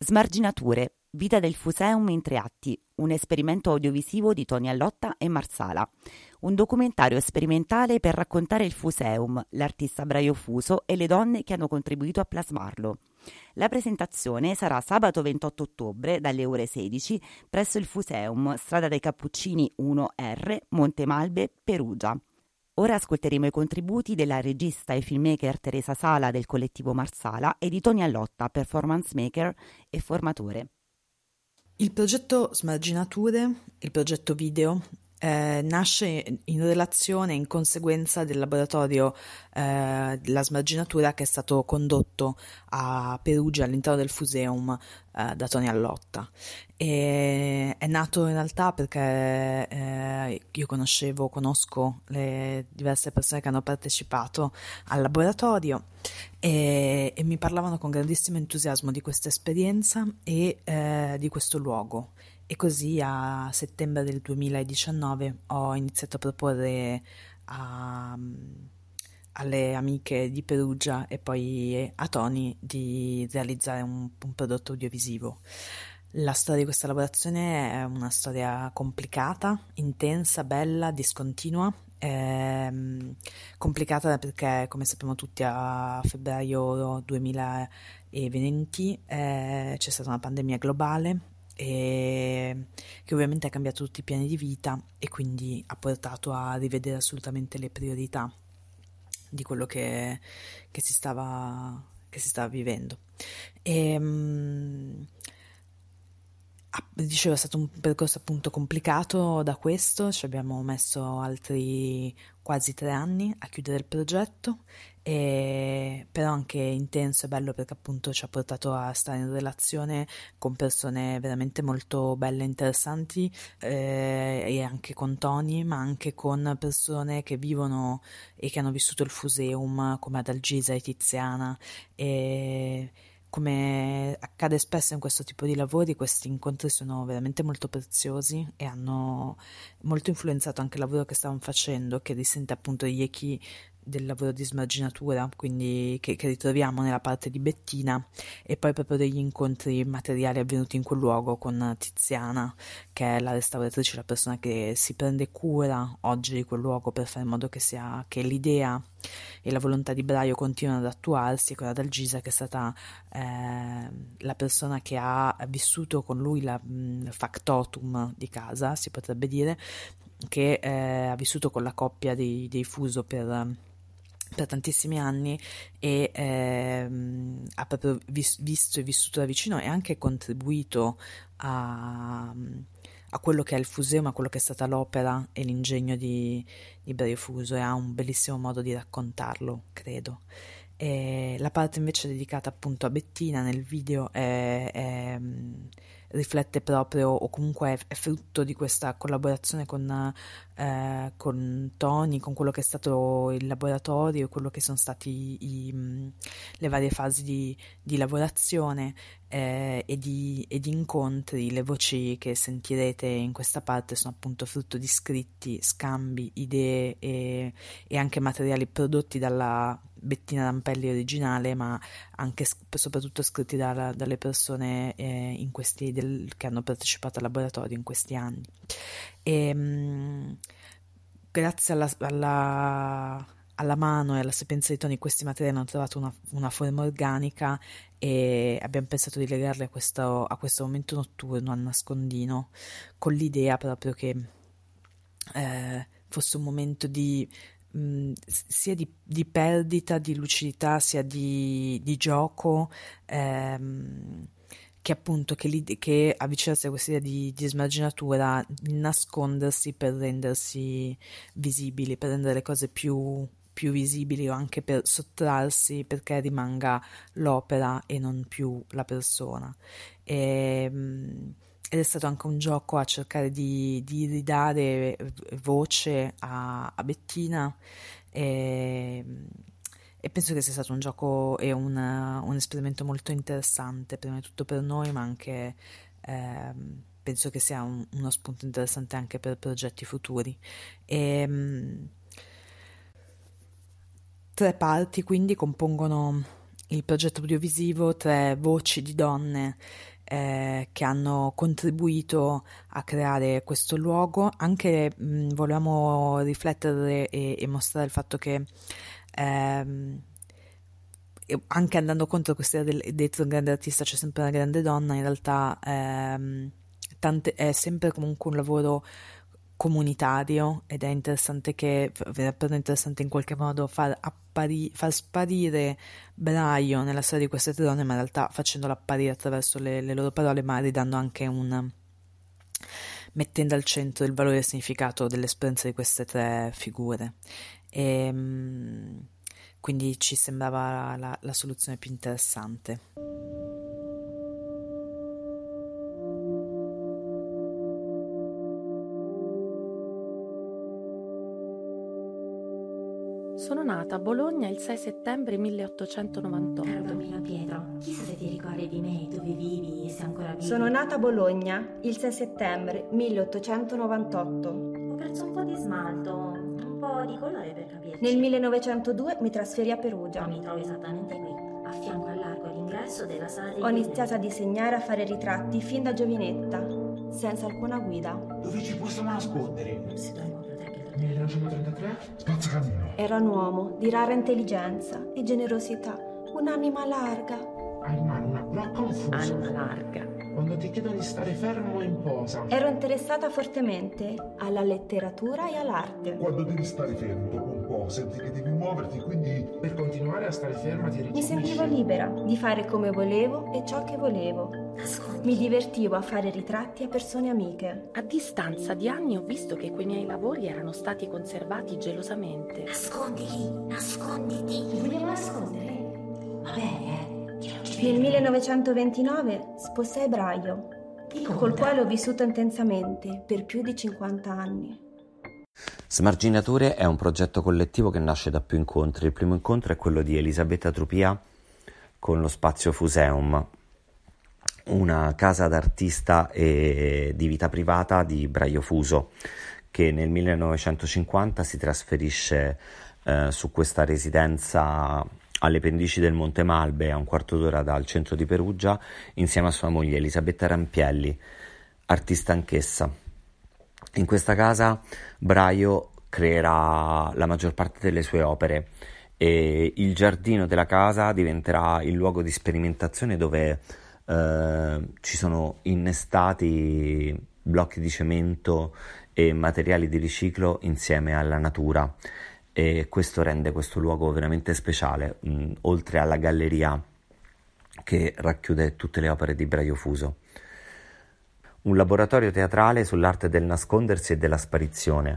Smarginature, vita del Fuseum in 3 atti, un esperimento audiovisivo di Toni Allotta e Marsala, un documentario sperimentale per raccontare il Fuseum, l'artista Braio Fuso e le donne che hanno contribuito a plasmarlo. La presentazione sarà sabato 28 ottobre dalle ore 16 presso il Fuseum, strada dei Cappuccini 1R, Montemalbe, Perugia. Ora ascolteremo i contributi della regista e filmmaker Teresa Sala del collettivo Marsala e di Toni Allotta, performance maker e formatore. Il progetto Smarginature, il progetto video, nasce in relazione, in conseguenza del laboratorio della smarginatura che è stato condotto a Perugia all'interno del Fuseum da Toni Allotta. È nato in realtà perché io conosco le diverse persone che hanno partecipato al laboratorio e mi parlavano con grandissimo entusiasmo di questa esperienza e di questo luogo. E così a settembre del 2019 ho iniziato a proporre alle amiche di Perugia e poi a Toni di realizzare un prodotto audiovisivo. La storia di questa lavorazione è una storia complicata, intensa, bella, discontinua. Complicata perché, come sappiamo tutti, a febbraio 2020 c'è stata una pandemia globale e che ovviamente ha cambiato tutti i piani di vita e quindi ha portato a rivedere assolutamente le priorità di quello che si stava vivendo. Dicevo, è stato un percorso appunto complicato da questo, ci abbiamo messo altri quasi 3 anni a chiudere il progetto, però anche intenso e bello perché appunto ci ha portato a stare in relazione con persone veramente molto belle e interessanti, e anche con Toni, ma anche con persone che vivono e che hanno vissuto il Fuseum come Adalgisa e Tiziana. Come accade spesso in questo tipo di lavori, questi incontri sono veramente molto preziosi e hanno molto influenzato anche il lavoro che stavamo facendo, che risente appunto gli echi del lavoro di smarginatura, quindi che ritroviamo nella parte di Bettina, e poi proprio degli incontri materiali avvenuti in quel luogo con Tiziana, che è la restauratrice, la persona che si prende cura oggi di quel luogo per fare in modo che l'idea e la volontà di Braio continuano ad attuarsi, e con Adalgisa che è stata la persona che ha vissuto con lui il factotum di casa, si potrebbe dire, che ha vissuto con la coppia dei Fuso per tantissimi anni e ha proprio visto e vissuto da vicino e anche contribuito a quello che è il Fuseum, a quello che è stata l'opera e l'ingegno di Braio Fuso, e ha un bellissimo modo di raccontarlo, credo. E la parte invece dedicata appunto a Bettina nel video riflette proprio, o comunque è frutto di questa collaborazione con Toni, con quello che è stato il laboratorio, quello che sono stati le varie fasi di lavorazione e di incontri. Le voci che sentirete in questa parte sono appunto frutto di scritti, scambi, idee e anche materiali prodotti dalla Bettina Rampelli originale, ma anche soprattutto scritti dalle persone che hanno partecipato al laboratorio in questi anni. Grazie alla mano e alla sapienza di Toni, questi materiali hanno trovato una forma organica e abbiamo pensato di legarli a questo momento notturno, al nascondino, con l'idea proprio che fosse un momento sia di perdita, di lucidità, sia di gioco, che appunto che avvicinarsi a questa idea di smarginatura, di nascondersi per rendersi visibili, per rendere le cose più visibili, o anche per sottrarsi perché rimanga l'opera e non più la persona. Ed è stato anche un gioco a cercare di ridare voce a Bettina, e penso che sia stato un gioco e un esperimento molto interessante, prima di tutto per noi, ma anche penso che sia uno spunto interessante anche per progetti futuri. 3 parti quindi compongono il progetto audiovisivo, 3 voci di donne che hanno contribuito a creare questo luogo. Anche volevamo riflettere e mostrare il fatto che anche andando contro questa idea dietro un grande artista c'è sempre una grande donna, in realtà è sempre comunque un lavoro comunitario, ed è interessante verrebbe interessante in qualche modo far sparire Braio nella storia di queste tre donne, ma in realtà facendolo apparire attraverso le loro parole, ma ridando anche mettendo al centro il valore e il significato dell'esperienza di queste tre figure. Quindi ci sembrava la soluzione più interessante. Sono nata a Bologna il 6 settembre 1898. Caro Domino Pietro, chissà se ti ricordi di me, dove vivi e se ancora vivi. Sono nata a Bologna il 6 settembre 1898. Ho perso un po' di smalto, un po' di colore per capirci. Nel 1902 mi trasferì a Perugia. Ma mi trovo esattamente qui, a fianco al largo all'ingresso della sala dei Ho iniziato a disegnare e a fare ritratti fin da giovinetta, senza alcuna guida. Dove ci possiamo nascondere? Pseudonimo protegge il 1933? Spazzacamino. Era un uomo di rara intelligenza e generosità, un'anima larga. Hai in mano una broca confusa. Anima larga. Quando ti chiedo di stare fermo in posa. Ero interessata fortemente alla letteratura e all'arte. Quando devi stare fermo dopo un po', senti che devi muoverti, quindi Per continuare a stare ferma ti Mi riconosci. sentivo libera di fare come volevo e ciò che volevo. Nascondi. Mi divertivo a fare ritratti a persone amiche. A distanza di anni ho visto che quei miei lavori erano stati conservati gelosamente. Nasconditi, nasconditi. Ti vogliamo nascondere? Va bene, che non ci Nel vedi. 1929 sposai Braio, Ti col conta. quale ho vissuto intensamente per più di 50 anni. Smarginature è un progetto collettivo che nasce da più incontri. Il primo incontro è quello di Elisabetta Trupia con lo Spazio Fuseum, una casa d'artista e di vita privata di Braio Fuso, che nel 1950 si trasferisce su questa residenza alle pendici del Monte Malbe, a un quarto d'ora dal centro di Perugia, insieme a sua moglie Elisabetta Rampielli, artista anch'essa. In questa casa Braio creerà la maggior parte delle sue opere e il giardino della casa diventerà il luogo di sperimentazione dove ci sono innestati blocchi di cemento e materiali di riciclo insieme alla natura, e questo rende questo luogo veramente speciale, oltre alla galleria che racchiude tutte le opere di Braio Fuso. Un laboratorio teatrale sull'arte del nascondersi e della sparizione,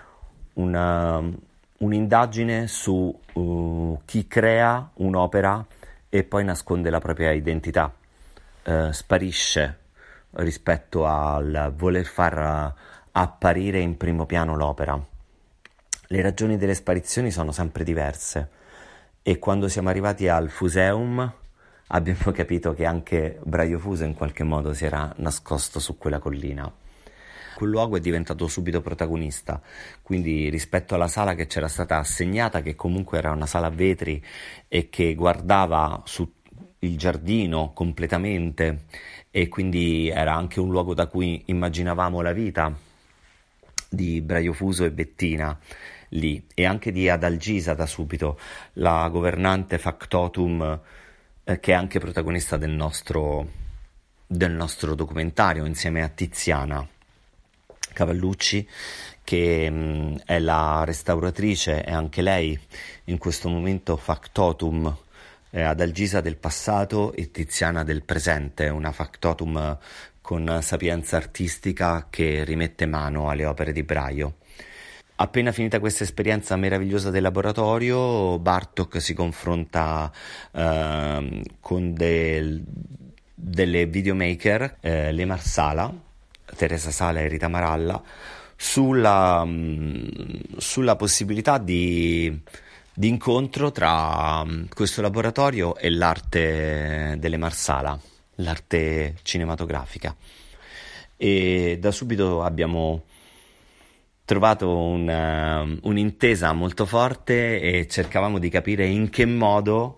un'indagine su chi crea un'opera e poi nasconde la propria identità, sparisce rispetto al voler far apparire in primo piano l'opera. Le ragioni delle sparizioni sono sempre diverse e quando siamo arrivati al Fuseum abbiamo capito che anche Braio Fuso in qualche modo si era nascosto su quella collina. Quel luogo è diventato subito protagonista, quindi rispetto alla sala che c'era stata assegnata, che comunque era una sala a vetri e che guardava su il giardino completamente, e quindi era anche un luogo da cui immaginavamo la vita di Braio Fuso e Bettina lì, e anche di Adalgisa da subito, la governante factotum che è anche protagonista del nostro documentario, insieme a Tiziana Cavallucci, che è la restauratrice e anche lei in questo momento factotum, Adalgisa del passato e Tiziana del presente, una factotum con sapienza artistica che rimette mano alle opere di Braio. Appena finita questa esperienza meravigliosa del laboratorio, Bartók si confronta con delle videomaker, le Marsala, Teresa Sala e Rita Maralla, sulla possibilità di incontro tra questo laboratorio e l'arte delle Marsala, l'arte cinematografica. E da subito abbiamo trovato un'intesa molto forte e cercavamo di capire in che modo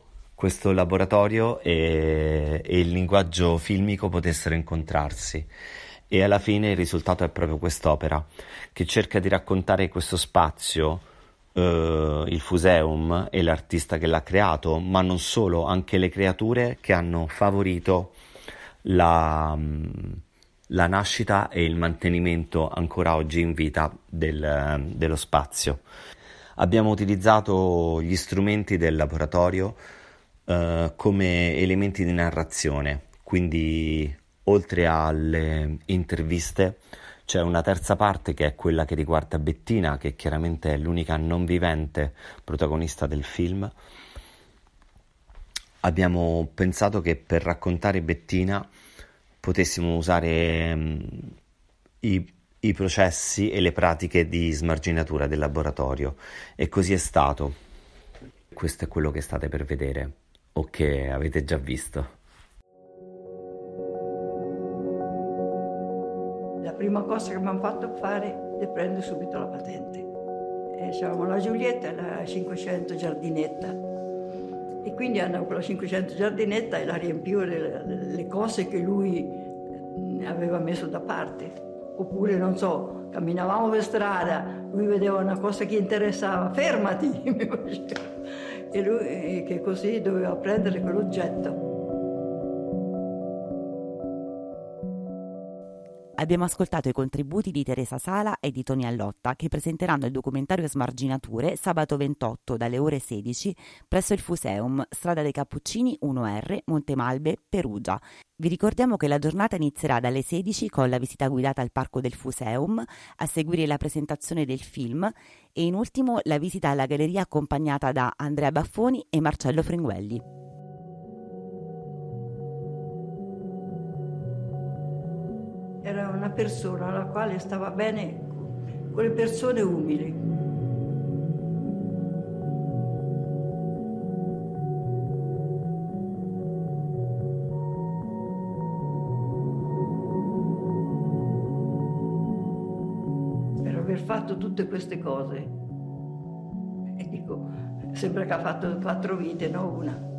questo laboratorio e il linguaggio filmico potessero incontrarsi. E alla fine il risultato è proprio quest'opera, che cerca di raccontare questo spazio, il Fuseum e l'artista che l'ha creato, ma non solo, anche le creature che hanno favorito la nascita e il mantenimento ancora oggi in vita dello spazio. Abbiamo utilizzato gli strumenti del laboratorio come elementi di narrazione, quindi oltre alle interviste c'è una terza parte che è quella che riguarda Bettina, che chiaramente è l'unica non vivente protagonista del film. Abbiamo pensato che per raccontare Bettina potessimo usare i processi e le pratiche di smarginatura del laboratorio, e così è stato. Questo è quello che state per vedere o che avete già visto. La prima cosa che mi hanno fatto fare è prendere subito la patente. C'avevamo la Giulietta e la 500 giardinetta, e quindi andavo con la 500 giardinetta e la riempivo le cose che lui aveva messo da parte. Oppure, non so, camminavamo per strada, lui vedeva una cosa che interessava, fermati, mi faceva. E lui che così doveva prendere quell'oggetto. Abbiamo ascoltato i contributi di Teresa Sala e di Toni Allotta, che presenteranno il documentario Smarginature sabato 28 dalle ore 16 presso il Fuseum, strada dei Cappuccini 1R, Montemalbe, Perugia. Vi ricordiamo che la giornata inizierà dalle 16 con la visita guidata al parco del Fuseum, a seguire la presentazione del film e in ultimo la visita alla galleria accompagnata da Andrea Baffoni e Marcello Fringuelli. Era una persona alla quale stava bene con le persone umili. Per aver fatto tutte queste cose, e dico, sembra che ha fatto 4 vite, no una.